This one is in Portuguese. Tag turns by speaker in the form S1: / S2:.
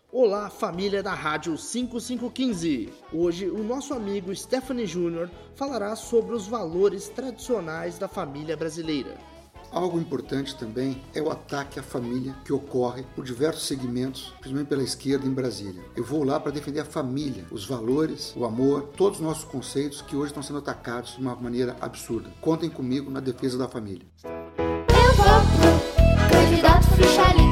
S1: Olá, família da Rádio 5515. Hoje o nosso amigo Stephanie Júnior falará sobre os valores tradicionais da família brasileira.
S2: Algo importante também é o ataque à família que ocorre por diversos segmentos, principalmente pela esquerda em Brasília. Eu vou lá para defender a família, os valores, o amor, todos os nossos conceitos que hoje estão sendo atacados de uma maneira absurda. Contem comigo na defesa da família.
S3: Eu voto, candidato Ficharino.